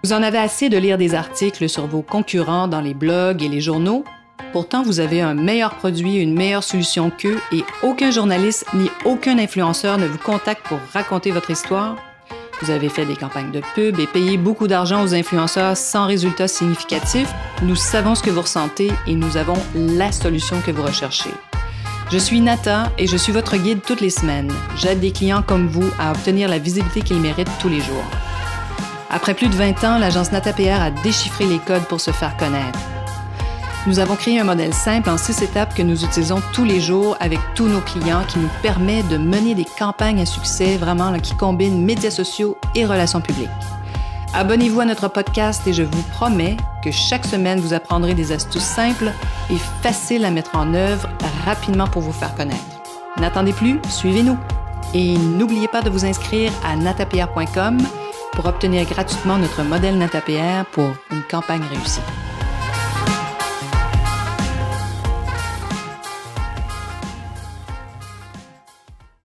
Vous en avez assez de lire des articles sur vos concurrents dans les blogs et les journaux. Pourtant, vous avez un meilleur produit, une meilleure solution qu'eux et aucun journaliste ni aucun influenceur ne vous contacte pour raconter votre histoire. Vous avez fait des campagnes de pub et payé beaucoup d'argent aux influenceurs sans résultats significatifs. Nous savons ce que vous ressentez et nous avons la solution que vous recherchez. Je suis Nata et je suis votre guide toutes les semaines. J'aide des clients comme vous à obtenir la visibilité qu'ils méritent tous les jours. Après plus de 20 ans, l'agence Nata PR a déchiffré les codes pour se faire connaître. Nous avons créé un modèle simple en 6 étapes que nous utilisons tous les jours avec tous nos clients qui nous permet de mener des campagnes à succès vraiment qui combinent médias sociaux et relations publiques. Abonnez-vous à notre podcast et je vous promets que chaque semaine, vous apprendrez des astuces simples et faciles à mettre en œuvre rapidement pour vous faire connaître. N'attendez plus, suivez-nous. Et n'oubliez pas de vous inscrire à natapr.com pour obtenir gratuitement notre modèle NataPR pour une campagne réussie.